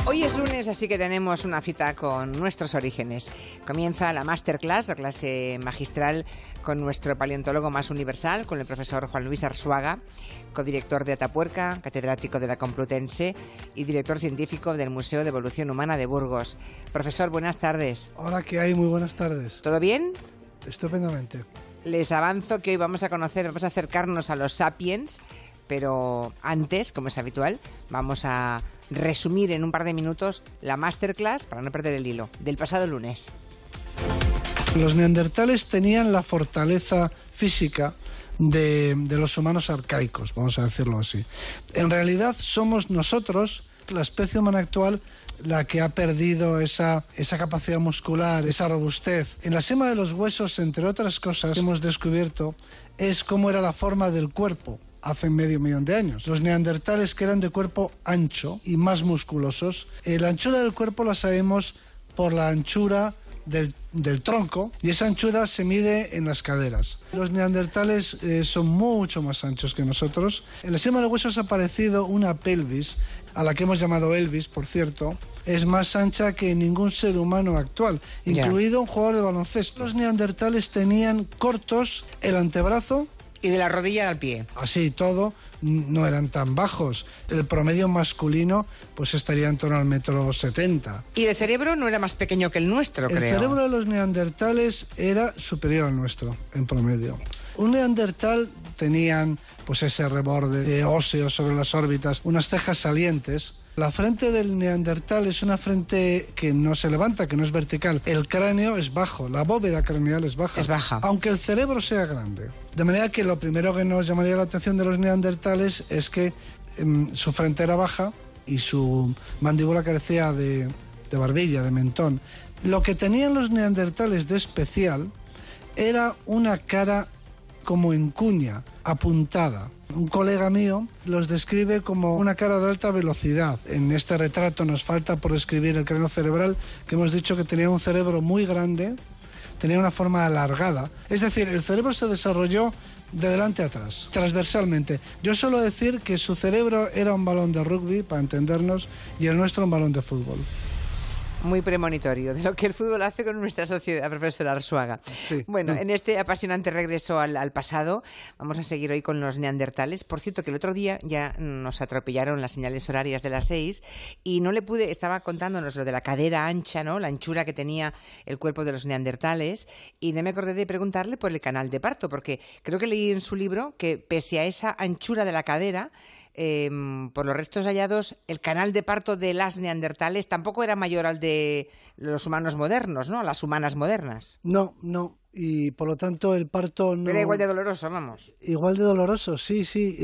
Hoy es lunes, así que tenemos una cita con nuestros orígenes. Comienza la masterclass, la clase magistral con nuestro paleontólogo más universal, con el profesor Juan Luis Arzuaga, codirector de Atapuerca, catedrático de la Complutense y director científico del Museo de Evolución Humana de Burgos. Profesor, buenas tardes. Hola, ¿qué hay? Muy buenas tardes. ¿Todo bien? Estupendamente. Les avanzo que hoy vamos a acercarnos a los sapiens, pero antes, como es habitual, vamos a resumir en un par de minutos la masterclass, para no perder el hilo, del pasado lunes. Los neandertales tenían la fortaleza física de los humanos arcaicos, vamos a decirlo así. En realidad somos nosotros, la especie humana actual, la que ha perdido esa capacidad muscular, esa robustez. En la sema de los huesos, entre otras cosas, que hemos descubierto es cómo era la forma del cuerpo hace medio millón de años. Los neandertales, que eran de cuerpo ancho y más musculosos, la anchura del cuerpo la sabemos por la anchura del tronco, y esa anchura se mide en las caderas. Los neandertales son mucho más anchos que nosotros. En la sema de los huesos ha aparecido una pelvis, a la que hemos llamado Elvis, por cierto. Es más ancha que ningún ser humano actual, incluido un jugador de baloncesto. Los neandertales tenían cortos el antebrazo y de la rodilla al pie. Así todo, no eran tan bajos. El promedio masculino pues estaría en torno al 1,70 m. Y el cerebro no era más pequeño que el nuestro, creo. El cerebro de los neandertales era superior al nuestro, en promedio. Un neandertal tenían pues ese reborde óseo sobre las órbitas, unas cejas salientes. La frente del neandertal es una frente que no se levanta, que no es vertical. El cráneo es bajo, la bóveda craneal es baja. Es baja. Aunque el cerebro sea grande. De manera que lo primero que nos llamaría la atención de los neandertales es que su frente era baja y su mandíbula carecía de barbilla, de mentón. Lo que tenían los neandertales de especial era una cara como en cuña, apuntada. Un colega mío los describe como una cara de alta velocidad. En este retrato nos falta por describir el cráneo cerebral, que hemos dicho que tenía un cerebro muy grande, tenía una forma alargada. Es decir, el cerebro se desarrolló de delante a atrás, transversalmente. Yo suelo decir que su cerebro era un balón de rugby, para entendernos, y el nuestro un balón de fútbol. Muy premonitorio de lo que el fútbol hace con nuestra sociedad, profesor Arzuaga. Sí. Bueno, en este apasionante regreso al pasado, vamos a seguir hoy con los neandertales. Por cierto, que el otro día ya nos atropellaron las señales horarias de las 6 y no le pude, estaba contándonos lo de la cadera ancha, ¿no? La anchura que tenía el cuerpo de los neandertales, y no me acordé de preguntarle por el canal de parto, porque creo que leí en su libro que pese a esa anchura de la cadera, por los restos hallados, el canal de parto de las neandertales tampoco era mayor al de los humanos modernos, ¿no? Las humanas modernas. No, y por lo tanto el parto no... Era igual de doloroso, vamos. Igual de doloroso, sí,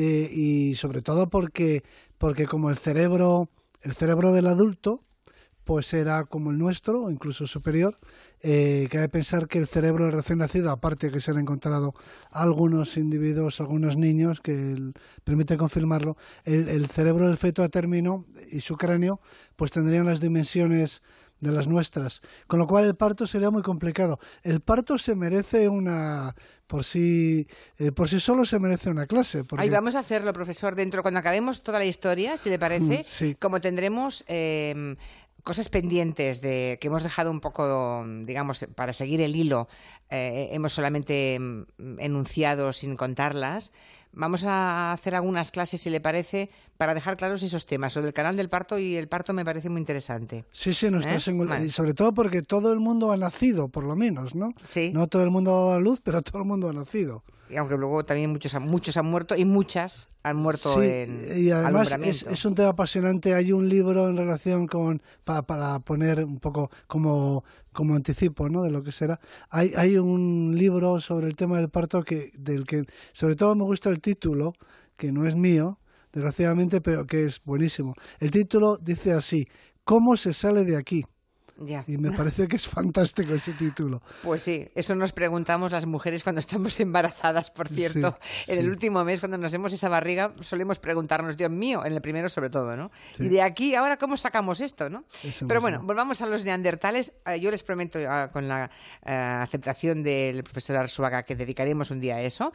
y sobre todo porque como el cerebro del adulto pues era como el nuestro, o incluso superior, que hay que pensar que el cerebro del recién nacido, aparte de que se han encontrado algunos individuos, algunos niños, que permite confirmarlo, el cerebro del feto a término y su cráneo pues tendrían las dimensiones de las nuestras, con lo cual el parto sería muy complicado. El parto se merece por sí solo se merece una clase. Porque... Ahí vamos a hacerlo, profesor, cuando acabemos toda la historia, si le parece, sí. Como tendremos cosas pendientes que hemos dejado un poco, digamos, para seguir el hilo, hemos solamente enunciado sin contarlas. Vamos a hacer algunas clases, si le parece, para dejar claros esos temas. Lo del canal del parto y el parto me parece muy interesante. Sí, y sobre todo porque todo el mundo ha nacido, por lo menos, ¿no? Sí. No todo el mundo ha dado a luz, pero todo el mundo ha nacido. Y aunque luego también muchos han muerto y muchas han muerto y además es un tema apasionante. Hay un libro en relación para poner un poco como anticipo, ¿no?, de lo que será. Hay un libro sobre el tema del parto del que sobre todo me gusta el título, que no es mío, desgraciadamente, pero que es buenísimo. El título dice así: ¿Cómo se sale de aquí? Ya. Y me parece que es fantástico ese título. Pues sí, eso nos preguntamos las mujeres cuando estamos embarazadas, por cierto. En el último mes, cuando nos vemos esa barriga, solemos preguntarnos, Dios mío, en el primero sobre todo, ¿no? Sí. Y de aquí, ahora, ¿cómo sacamos esto, no? Eso Pero mismo. bueno, volvamos a los neandertales. Yo les prometo, con la aceptación del profesor Arzuaga, que dedicaremos un día a eso.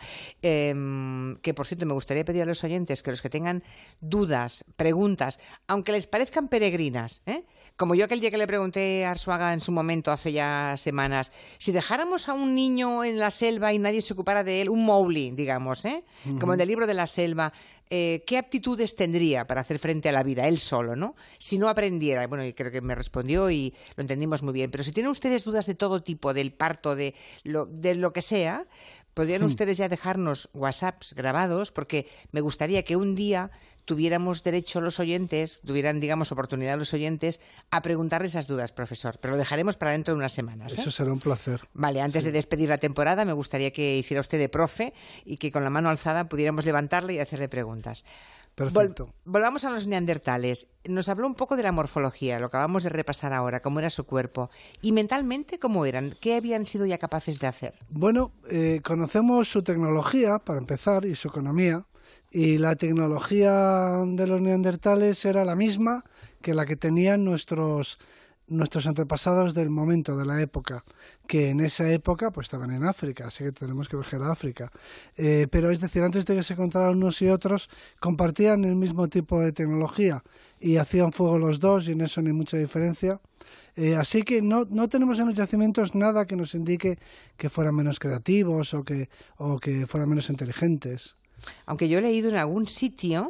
Que, por cierto, me gustaría pedir a los oyentes que los que tengan dudas, preguntas, aunque les parezcan peregrinas, como yo aquel día que le pregunté a Arzuaga en su momento, hace ya semanas, si dejáramos a un niño en la selva y nadie se ocupara de él, un Mowgli, digamos, como en el libro de la selva, ¿qué aptitudes tendría para hacer frente a la vida, él solo, ¿no? Si no aprendiera. Bueno, y creo que me respondió y lo entendimos muy bien. Pero si tienen ustedes dudas de todo tipo, del parto, de lo que sea, podrían ustedes ya dejarnos WhatsApps grabados, porque me gustaría que un día tuviéramos derecho los oyentes, tuvieran, digamos, oportunidad los oyentes a preguntarle esas dudas, profesor. Pero lo dejaremos para dentro de unas semanas. Eso será un placer. Vale, antes de despedir la temporada, me gustaría que hiciera usted de profe y que con la mano alzada pudiéramos levantarle y hacerle preguntas. Perfecto. Volvamos a los neandertales. Nos habló un poco de la morfología, lo acabamos de repasar ahora, cómo era su cuerpo. ¿Y mentalmente cómo eran? ¿Qué habían sido ya capaces de hacer? Bueno, conocemos su tecnología, para empezar, y su economía. Y la tecnología de los neandertales era la misma que la que tenían nuestros antepasados del momento, de la época, que en esa época pues estaban en África, así que tenemos que viajar a África. Pero es decir, antes de que se encontraran unos y otros, compartían el mismo tipo de tecnología y hacían fuego los dos, y en eso no hay mucha diferencia. Así que no tenemos en los yacimientos nada que nos indique que fueran menos creativos o que fueran menos inteligentes. Aunque yo he leído en algún sitio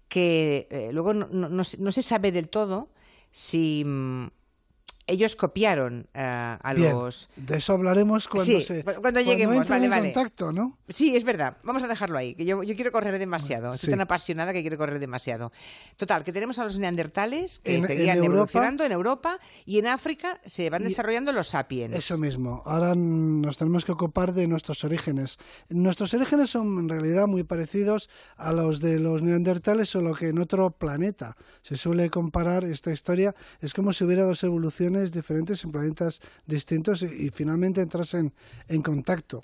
que luego no se sabe del todo si ellos copiaron a Bien, los... de eso hablaremos cuando cuando lleguemos, entren en vale. contacto, ¿no? Sí, es verdad. Vamos a dejarlo ahí, que yo quiero correr demasiado. Estoy Sí. tan apasionada que quiero correr demasiado. Total, que tenemos a los neandertales que En seguían Europa, evolucionando en Europa, y en África se van desarrollando los sapiens. Eso mismo. Ahora nos tenemos que ocupar de nuestros orígenes. Nuestros orígenes son en realidad muy parecidos a los de los neandertales, solo que en otro planeta. Se suele comparar esta historia. Es como si hubiera dos evoluciones diferentes en planetas distintos y finalmente entrasen en contacto.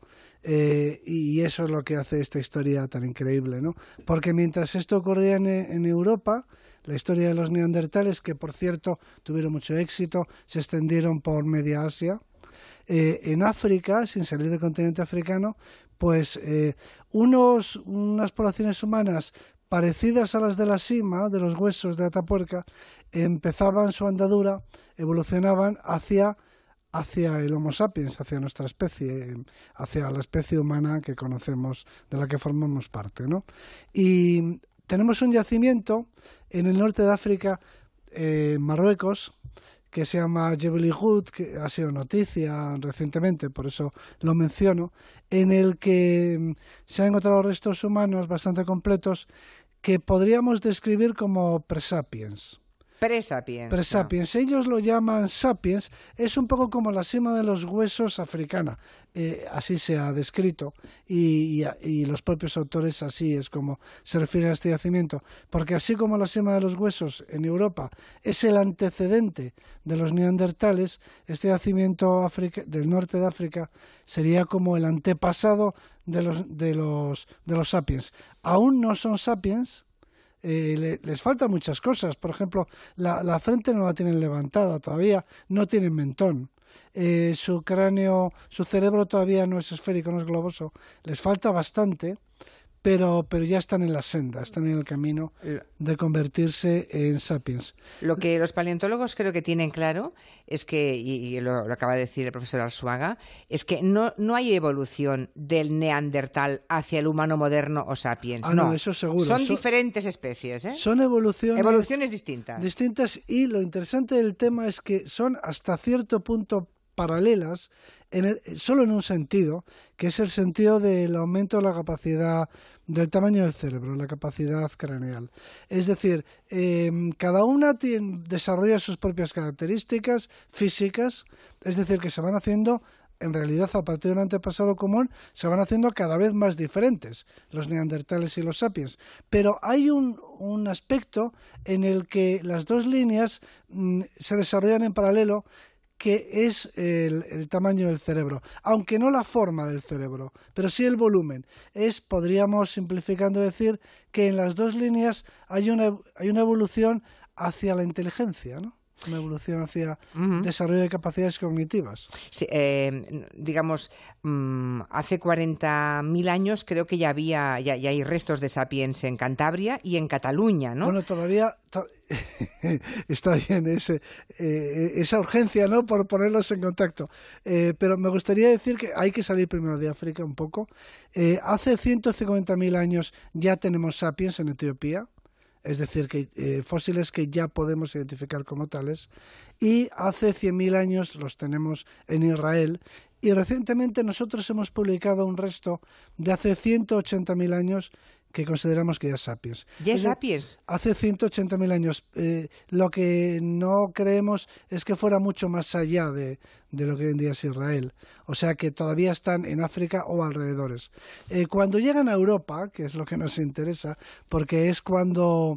Y eso es lo que hace esta historia tan increíble, ¿no? Porque mientras esto ocurría en Europa, la historia de los neandertales, que por cierto tuvieron mucho éxito, se extendieron por media Asia. En África, sin salir del continente africano, pues unas poblaciones humanas parecidas a las de la sima, de los huesos de Atapuerca, empezaban su andadura, evolucionaban hacia el Homo sapiens, hacia nuestra especie, hacia la especie humana que conocemos, de la que formamos parte, ¿no? Y tenemos un yacimiento en el norte de África, Marruecos, que se llama Jebel Irhoud, que ha sido noticia recientemente, por eso lo menciono, en el que se han encontrado restos humanos bastante completos que podríamos describir como presapiens. Presapiens. Presapiens. Ellos lo llaman sapiens. Es un poco como la sima de los huesos africana. Así se ha descrito. Y los propios autores así es como se refiere a este yacimiento. Porque así como la sima de los huesos en Europa es el antecedente de los neandertales, este yacimiento del norte de África sería como el antepasado de los sapiens. Aún no son sapiens. Les faltan muchas cosas. Por ejemplo, la frente no la tienen levantada todavía, no tienen mentón. Su cráneo, su cerebro todavía no es esférico, no es globoso. Les falta bastante, pero ya están en la senda, están en el camino de convertirse en sapiens. Lo que los paleontólogos creo que tienen claro es que, y lo acaba de decir el profesor Arzuaga, es que no hay evolución del neandertal hacia el humano moderno o sapiens. No, eso seguro. Son diferentes especies, ¿eh? Son evoluciones distintas. Y lo interesante del tema es que son hasta cierto punto paralelas, solo en un sentido, que es el sentido del aumento de la capacidad del tamaño del cerebro, la capacidad craneal. Es decir, cada una desarrolla sus propias características físicas, es decir, que se van haciendo en realidad, a partir del antepasado común, se van haciendo cada vez más diferentes, los neandertales y los sapiens. Pero hay un aspecto en el que las dos líneas se desarrollan en paralelo, que es el tamaño del cerebro, aunque no la forma del cerebro, pero sí el volumen. Podríamos, simplificando, decir que en las dos líneas hay una evolución hacia la inteligencia, ¿no? Una evolución hacia desarrollo de capacidades cognitivas. Sí, digamos, hace 40.000 años creo que ya hay restos de sapiens en Cantabria y en Cataluña, ¿no? Bueno, todavía está bien esa urgencia, ¿no?, por ponerlos en contacto. Pero me gustaría decir que hay que salir primero de África un poco. Hace 150.000 años ya tenemos sapiens en Etiopía. Es decir, que fósiles que ya podemos identificar como tales, y hace 100.000 años los tenemos en Israel, y recientemente nosotros hemos publicado un resto de hace 180.000 años que consideramos que ya es sapiens. ¿Ya es sapiens? Hace 180.000 años. Lo que no creemos es que fuera mucho más allá de lo que hoy en día es Israel. O sea que todavía están en África o alrededores. Cuando llegan a Europa, que es lo que nos interesa, porque es cuando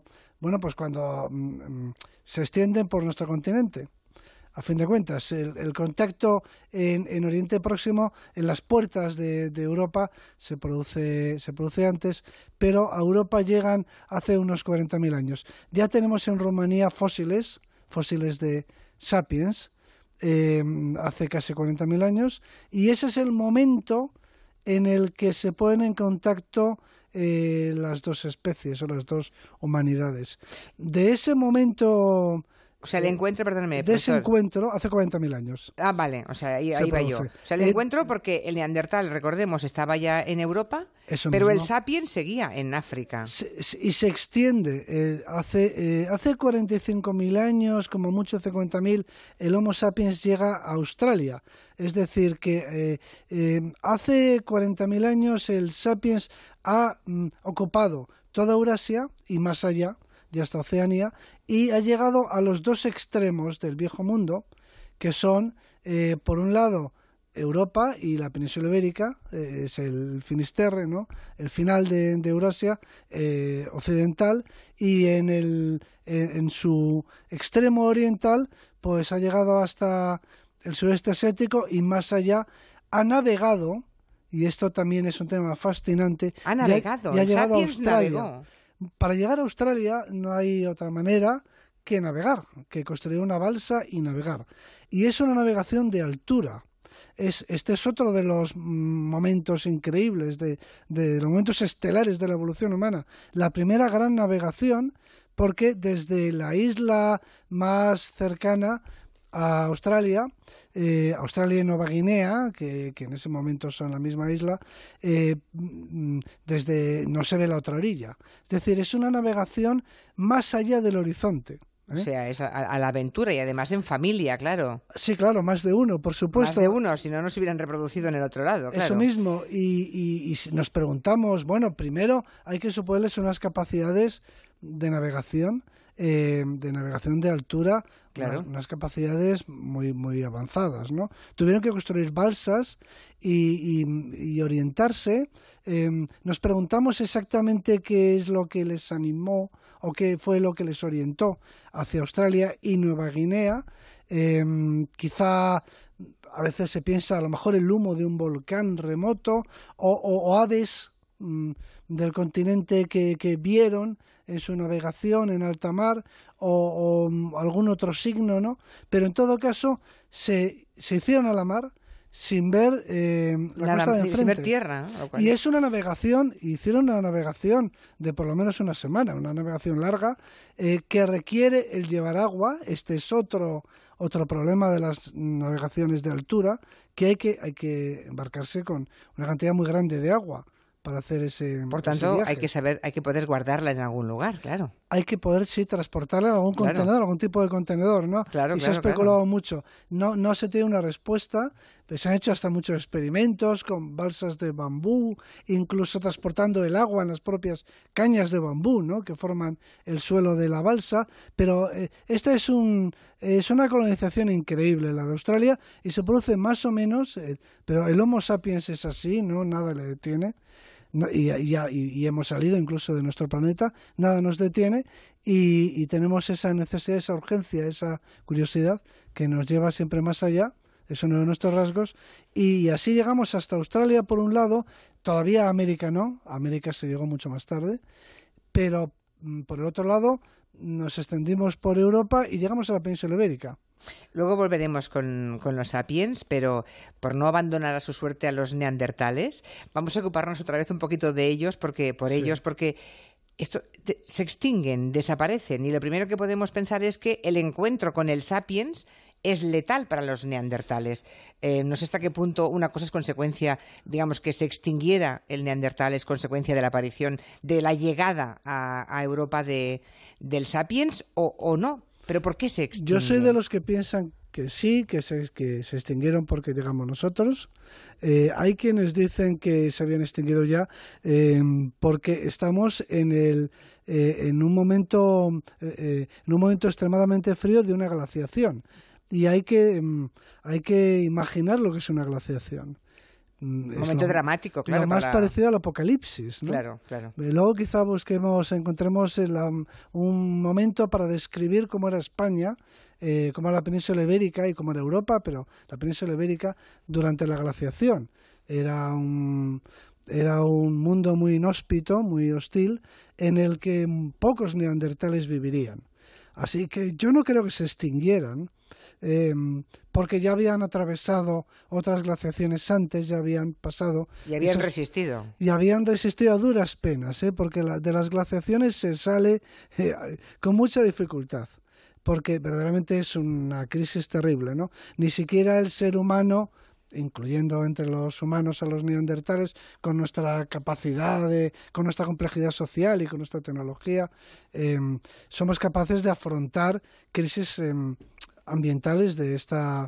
se extienden por nuestro continente. A fin de cuentas, el contacto en Oriente Próximo, en las puertas de Europa, se produce antes, pero a Europa llegan hace unos 40.000 años. Ya tenemos en Rumanía fósiles de sapiens, hace casi 40.000 años, y ese es el momento en el que se ponen en contacto las dos especies o las dos humanidades. De ese momento... O sea, el encuentro, perdóname, de ese encuentro hace 40.000 años. Ah, vale, o sea, ahí va yo. O sea, el encuentro porque el neandertal, recordemos, estaba ya en Europa, pero el sapiens seguía en África. Y se extiende. Hace 45.000 años, como mucho 50.000, el Homo sapiens llega a Australia. Es decir, que hace 40.000 años el sapiens ha ocupado toda Eurasia y más allá, y hasta Oceanía, y ha llegado a los dos extremos del viejo mundo, que son, por un lado, Europa y la península ibérica, es el Finisterre, ¿no?, el final de Eurasia occidental, y en su extremo oriental pues ha llegado hasta el sureste asiático y más allá. Ha navegado, y esto también es un tema fascinante. Ha navegado, y ha el llegado sapiens a Australia. navegó. Para llegar a Australia no hay otra manera que navegar, que construir una balsa y navegar. Y es una navegación de altura. Este es otro de los momentos increíbles, de los momentos estelares de la evolución humana. La primera gran navegación, porque desde la isla más cercana a Australia, Australia y Nueva Guinea, que en ese momento son la misma isla, no se ve la otra orilla. Es decir, es una navegación más allá del horizonte. O sea, es a la aventura y además en familia, claro. Sí, claro, más de uno, por supuesto. Más de uno, si no se hubieran reproducido en el otro lado, claro. Eso mismo, y nos preguntamos, bueno, primero hay que suponerles unas capacidades de navegación de altura, claro, unas capacidades muy, muy avanzadas, ¿no? Tuvieron que construir balsas y orientarse. Nos preguntamos exactamente qué es lo que les animó o qué fue lo que les orientó hacia Australia y Nueva Guinea. Quizá a veces se piensa a lo mejor el humo de un volcán remoto o aves del continente que vieron en su navegación en alta mar o algún otro signo, ¿no? Pero en todo caso se hicieron a la mar sin ver la costa de enfrente. Sin ver tierra, ¿no? Y es una navegación, hicieron una navegación de por lo menos una semana, una navegación larga, que requiere el llevar agua. Este es otro problema de las navegaciones de altura, que hay que embarcarse con una cantidad muy grande de agua para hacer ese Por tanto, viaje. hay que poder guardarla en algún lugar, claro. Hay que poder, sí, transportarla en algún contenedor, algún tipo de contenedor, ¿no? Claro, y se ha especulado mucho. No se tiene una respuesta, pues se han hecho hasta muchos experimentos con balsas de bambú, incluso transportando el agua en las propias cañas de bambú, ¿no?, que forman el suelo de la balsa. Pero esta es una colonización increíble, la de Australia, y se produce más o menos, pero el Homo sapiens es así, ¿no?, nada le detiene. Y hemos salido incluso de nuestro planeta, nada nos detiene, y tenemos esa necesidad, esa urgencia, esa curiosidad que nos lleva siempre más allá. Es uno de nuestros rasgos, y así llegamos hasta Australia por un lado, todavía a América no, a América se llegó mucho más tarde, pero por el otro lado nos extendimos por Europa y llegamos a la península ibérica. Luego volveremos con los sapiens, pero por no abandonar a su suerte a los neandertales, vamos a ocuparnos otra vez un poquito de ellos, porque se extinguen, desaparecen, y lo primero que podemos pensar es que el encuentro con el sapiens es letal para los neandertales. No sé hasta qué punto una cosa es consecuencia, digamos, que se extinguiera el neandertal es consecuencia de la aparición, de la llegada a Europa del sapiens, o no. ¿Pero por qué se extingue? Yo soy de los que piensan que sí, que se extinguieron porque llegamos nosotros. Hay quienes dicen que se habían extinguido ya porque estamos en un momento extremadamente frío de una glaciación. Y hay que imaginar lo que es una glaciación. Un momento dramático, claro. Lo más parecido al apocalipsis, ¿no? Claro, claro. Luego quizá encontremos un momento para describir cómo era España, cómo era la península ibérica y cómo era Europa, pero la península ibérica durante la glaciación era un mundo muy inhóspito, muy hostil, en el que pocos neandertales vivirían. Así que yo no creo que se extinguieran, porque ya habían atravesado otras glaciaciones antes, ya habían pasado... Y habían resistido. Y habían resistido a duras penas, porque de las glaciaciones se sale con mucha dificultad, porque verdaderamente es una crisis terrible, ¿no? Ni siquiera el ser humano, incluyendo entre los humanos a los neandertales, con nuestra capacidad, con nuestra complejidad social y con nuestra tecnología, somos capaces de afrontar crisis ambientales de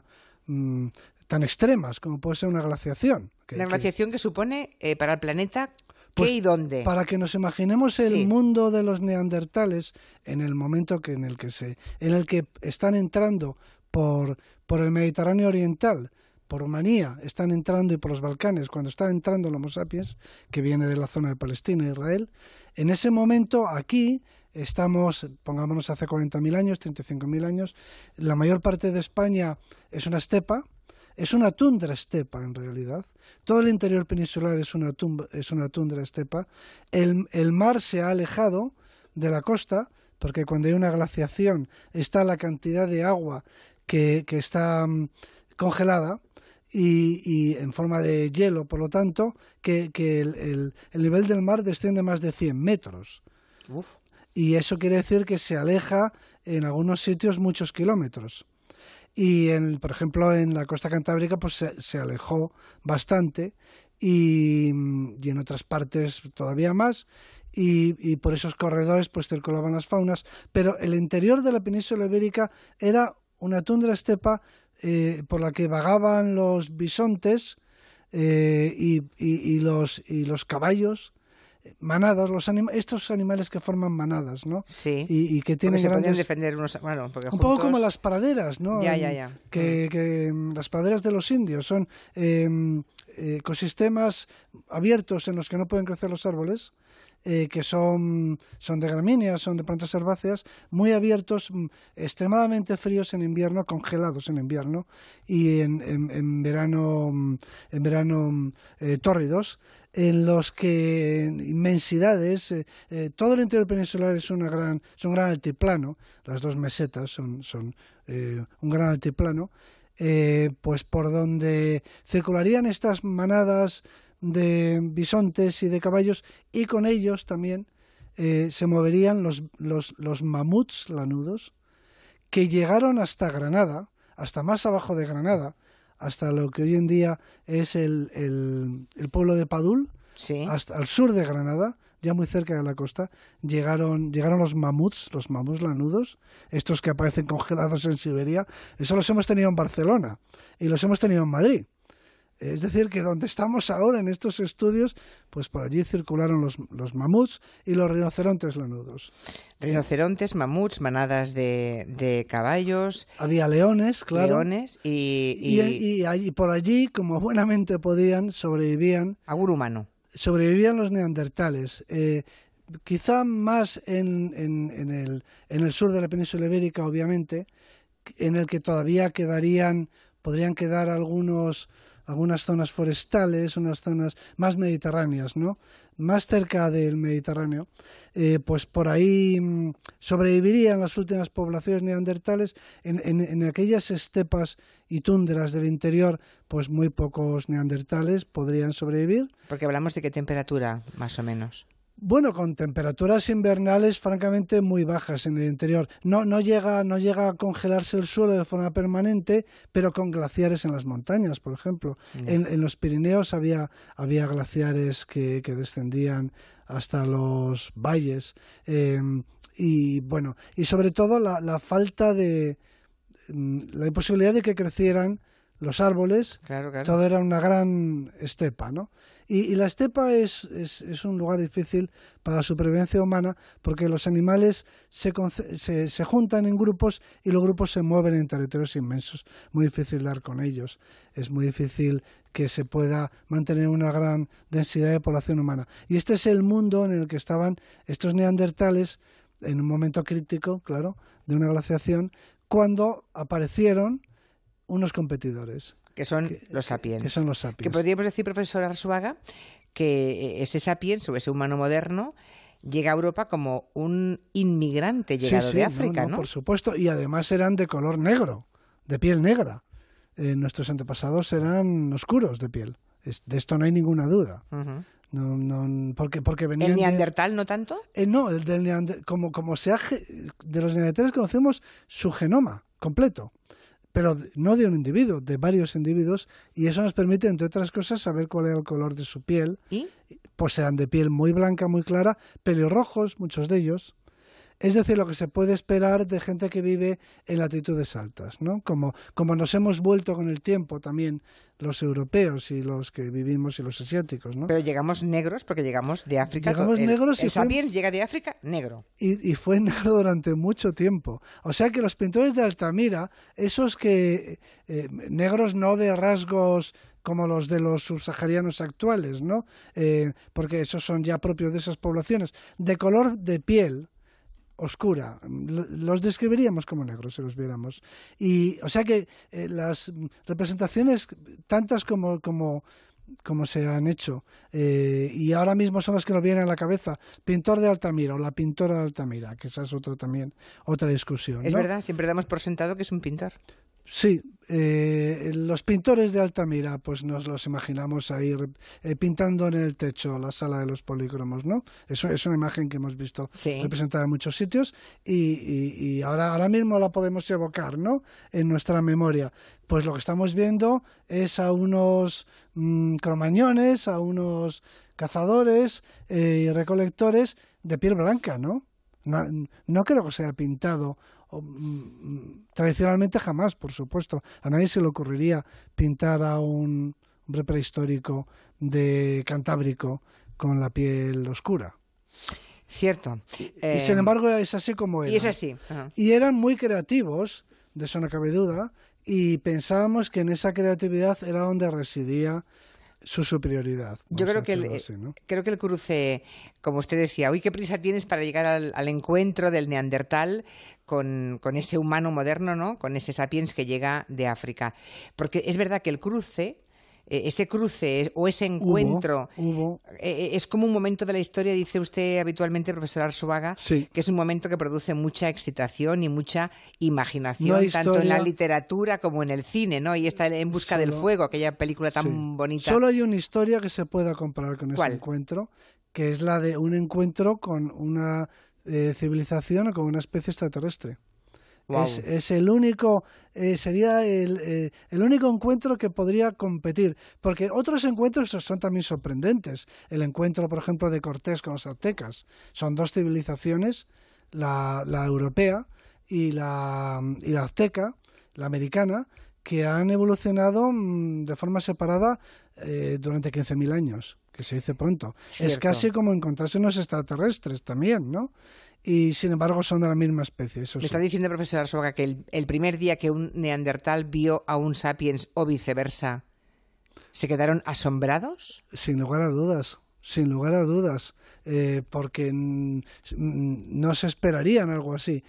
tan extremas como puede ser una glaciación. Una glaciación que supone para el planeta ¿qué y dónde? Para que nos imaginemos el mundo de los neandertales en el momento en el que están entrando por el Mediterráneo oriental, por Rumanía, están entrando, y por los Balcanes, cuando están entrando el Homo sapiens, que viene de la zona de Palestina e Israel. En ese momento, aquí estamos, pongámonos hace 40.000 años, 35.000 años, la mayor parte de España es una estepa, es una tundra estepa en realidad. Todo el interior peninsular es una tundra estepa. El mar se ha alejado de la costa, porque cuando hay una glaciación está la cantidad de agua que está congelada, y en forma de hielo, por lo tanto, que el nivel del mar desciende más de 100 metros. Uf. Y eso quiere decir que se aleja en algunos sitios muchos kilómetros. Y, por ejemplo, en la costa cantábrica pues se alejó bastante, y en otras partes todavía más, y por esos corredores pues circulaban las faunas. Pero el interior de la península ibérica era una tundra estepa por la que vagaban los bisontes y los caballos, manadas, estos animales que forman manadas, ¿no? Sí. Y que tienen se grandes... podían defender unos, bueno, porque un juntos... poco como las praderas, ¿no? Ya. Que las praderas de los indios son ecosistemas abiertos en los que no pueden crecer los árboles, que son de gramíneas, son de plantas herbáceas, muy abiertos, extremadamente fríos en invierno, congelados en invierno, y en verano tórridos, en los que inmensidades, todo el interior peninsular es un gran altiplano, las dos mesetas son un gran altiplano, pues por donde circularían estas manadas de bisontes y de caballos, y con ellos también se moverían los mamuts lanudos, que llegaron hasta Granada, hasta más abajo de Granada, hasta lo que hoy en día es el pueblo de Padul, sí, hasta al sur de Granada, ya muy cerca de la costa, llegaron los mamuts lanudos, estos que aparecen congelados en Siberia. Eso los hemos tenido en Barcelona y los hemos tenido en Madrid. Es decir, que donde estamos ahora en estos estudios, pues por allí circularon los mamuts y los rinocerontes lanudos. Rinocerontes, mamuts, manadas de caballos. Había leones, claro. Leones y por allí, como buenamente podían, sobrevivían. Agur humano. Sobrevivían los neandertales. Quizá más en el sur de la península ibérica, obviamente, en el que todavía podrían quedar algunas zonas forestales, unas zonas más mediterráneas, ¿no? Más cerca del Mediterráneo, pues por ahí sobrevivirían las últimas poblaciones neandertales. En aquellas estepas y tundras del interior, pues muy pocos neandertales podrían sobrevivir. Porque hablamos de qué temperatura, más o menos. Bueno, con temperaturas invernales francamente muy bajas en el interior. No llega a congelarse el suelo de forma permanente, pero con glaciares en las montañas, por ejemplo. En los Pirineos había glaciares que descendían hasta los valles. Y sobre todo la falta la imposibilidad de que crecieran los árboles. Claro. Todo era una gran estepa, ¿no? Y la estepa es un lugar difícil para la supervivencia humana, porque los animales se juntan en grupos y los grupos se mueven en territorios inmensos. Muy difícil dar con ellos. Es muy difícil que se pueda mantener una gran densidad de población humana. Y este es el mundo en el que estaban estos neandertales en un momento crítico, claro, de una glaciación, cuando aparecieron unos competidores. Que son los sapiens. Que son los sapiens. Que podríamos decir, profesor Arzuaga, que ese sapiens, o ese humano moderno, llega a Europa como un inmigrante llegado de África, ¿no? Por supuesto, y además eran de color negro, de piel negra. Nuestros antepasados eran oscuros de piel. De esto no hay ninguna duda. Uh-huh. Porque venían ¿El neandertal no tanto? No, el del neandertal, de los neandertales conocemos su genoma completo, pero no de un individuo, de varios individuos, y eso nos permite, entre otras cosas, saber cuál era el color de su piel. ¿Y? Pues eran de piel muy blanca, muy clara, pelirrojos, muchos de ellos. Es decir, lo que se puede esperar de gente que vive en latitudes altas, ¿no? Como nos hemos vuelto con el tiempo también los europeos y los que vivimos y los asiáticos, ¿no? Pero llegamos negros porque llegamos de África. Negros el sapiens llega de África negro. Y fue negro durante mucho tiempo. O sea que los pintores de Altamira, esos que negros no de rasgos como los de los subsaharianos actuales, ¿no? Porque esos son ya propios de esas poblaciones, de color de piel oscura, los describiríamos como negros si los viéramos. Y o sea que las representaciones, tantas como se han hecho, y ahora mismo son las que nos vienen a la cabeza, pintor de Altamira o la pintora de Altamira, que esa es otra discusión, ¿no? Es verdad, siempre damos por sentado que es un pintor. Sí, los pintores de Altamira, pues nos los imaginamos ahí pintando en el techo la sala de los polícromos, ¿no? Eso es una imagen que hemos visto representada en muchos sitios y ahora mismo la podemos evocar, ¿no? En nuestra memoria. Pues lo que estamos viendo es a unos cromañones, a unos cazadores y recolectores de piel blanca, ¿no? No creo que sea pintado. Tradicionalmente jamás, por supuesto. A nadie se le ocurriría pintar a un hombre prehistórico de Cantábrico con la piel oscura. Cierto. Y sin embargo es así como era. Y es así. Uh-huh. Y eran muy creativos, de eso no cabe duda, y pensábamos que en esa creatividad era donde residía su superioridad. Yo creo que el cruce, como usted decía, uy, qué prisa tienes para llegar al encuentro del neandertal con ese humano moderno, ¿no? Con ese sapiens que llega de África. Porque es verdad que el cruce, ese cruce o ese encuentro es como un momento de la historia, dice usted habitualmente, profesor Arzuaga, que es un momento que produce mucha excitación y mucha imaginación, tanto en la literatura como en el cine, ¿no? Y está En busca del fuego, aquella película tan bonita. Solo hay una historia que se pueda comparar con ese encuentro, que es la de un encuentro con una civilización o con una especie extraterrestre. Wow. Es el único, sería el único encuentro que podría competir, porque otros encuentros son también sorprendentes. El encuentro, por ejemplo, de Cortés con los aztecas. Son dos civilizaciones, la europea y la azteca, la americana, que han evolucionado de forma separada durante 15.000 años, que se dice pronto. Cierto. Es casi como encontrarse unos extraterrestres también, ¿no? Y sin embargo son de la misma especie. Eso Me sí. está diciendo el profesor Arzuaga que el primer día que un neandertal vio a un sapiens o viceversa, ¿se quedaron asombrados? Sin lugar a dudas, sin lugar a dudas. Porque no se esperarían algo así.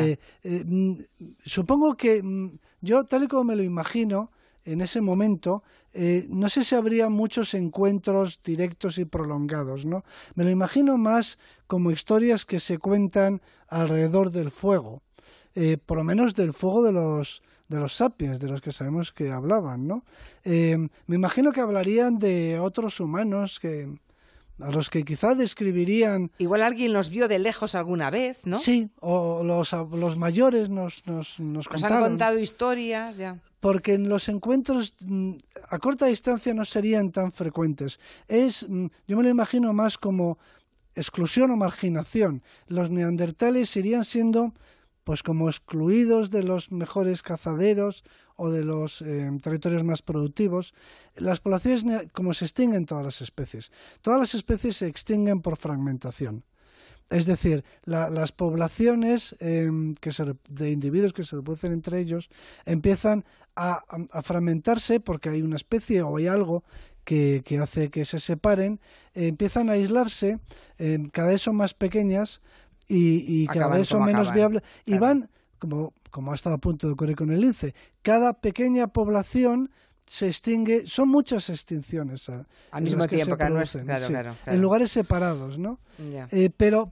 Supongo que yo, tal y como me lo imagino, en ese momento, no sé si habría muchos encuentros directos y prolongados, ¿no? Me lo imagino más como historias que se cuentan alrededor del fuego, por lo menos del fuego de los sapiens, de los que sabemos que hablaban, ¿no? Me imagino que hablarían de otros humanos a los que quizá describirían... Igual alguien los vio de lejos alguna vez, ¿no? Sí, o los mayores nos Nos contaron. han contado historias, ya. Porque en los encuentros a corta distancia no serían tan frecuentes. Yo me lo imagino más como exclusión o marginación. Los neandertales irían siendo pues como excluidos de los mejores cazaderos o de los territorios más productivos. Las poblaciones, como se extinguen todas las especies se extinguen por fragmentación. Es decir, las poblaciones de individuos que se reproducen entre ellos empiezan a fragmentarse porque hay una especie o hay algo que hace que se separen, empiezan a aislarse, cada vez son más pequeñas y cada vez son menos viables y van, como ha estado a punto de ocurrir con el lince, cada pequeña población se extingue, son muchas extinciones al mismo tiempo, claro, claro. En lugares separados, ¿no? Yeah. Pero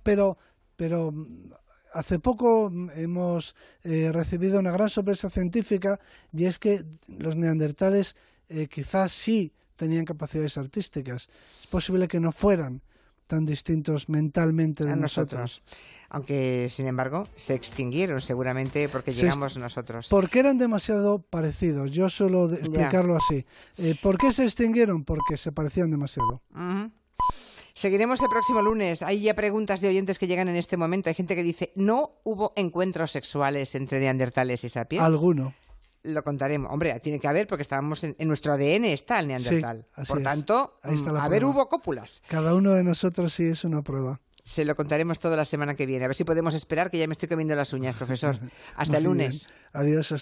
hace poco hemos recibido una gran sorpresa científica, y es que los neandertales quizás sí tenían capacidades artísticas. Es posible que no fueran tan distintos mentalmente de nosotros. Aunque, sin embargo, se extinguieron seguramente porque llegamos nosotros. Porque eran demasiado parecidos. Yo suelo explicarlo así. ¿Por qué se extinguieron? Porque se parecían demasiado. Uh-huh. Seguiremos el próximo lunes. Hay ya preguntas de oyentes que llegan en este momento. Hay gente que dice, ¿no hubo encuentros sexuales entre neandertales y sapiens? Alguno. Lo contaremos. Hombre, tiene que haber, porque estábamos en nuestro ADN está el neandertal. Sí, por tanto, a ver, hubo cópulas. Cada uno de nosotros sí es una prueba. Se lo contaremos toda la semana que viene. A ver si podemos esperar, que ya me estoy comiendo las uñas, profesor. Hasta el lunes. Adiós.